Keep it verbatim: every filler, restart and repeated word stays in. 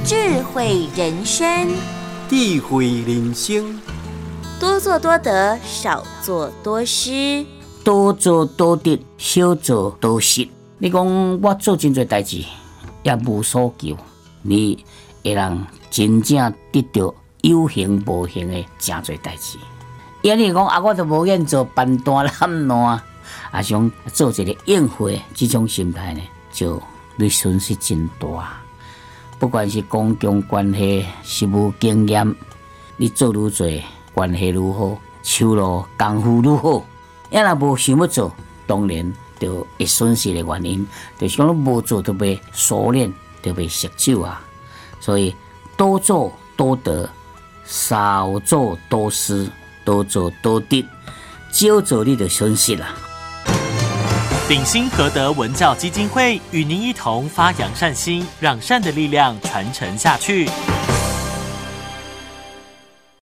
智慧人生， 智慧人生， 多做多得，少做多失， 多做多得，少做多失。你讲我做真多代志，也无所求，你会让真正得到有形无形的真多代志。因为讲啊，我都无愿做办单揽烂，啊想做一个宴会，这种心态呢，就你损失真大。不管是公共关系、实务经验，你做愈多，关系愈好，收入功夫愈好。要若无想要做，当然就会损失的原因，就是讲无做就被熟练，就被熟手啊。所以多做多得，少做多失，多做多得，少做你就损失啦。 鼎新和德文教基金会与您一同发扬善心，让善的力量传承下去。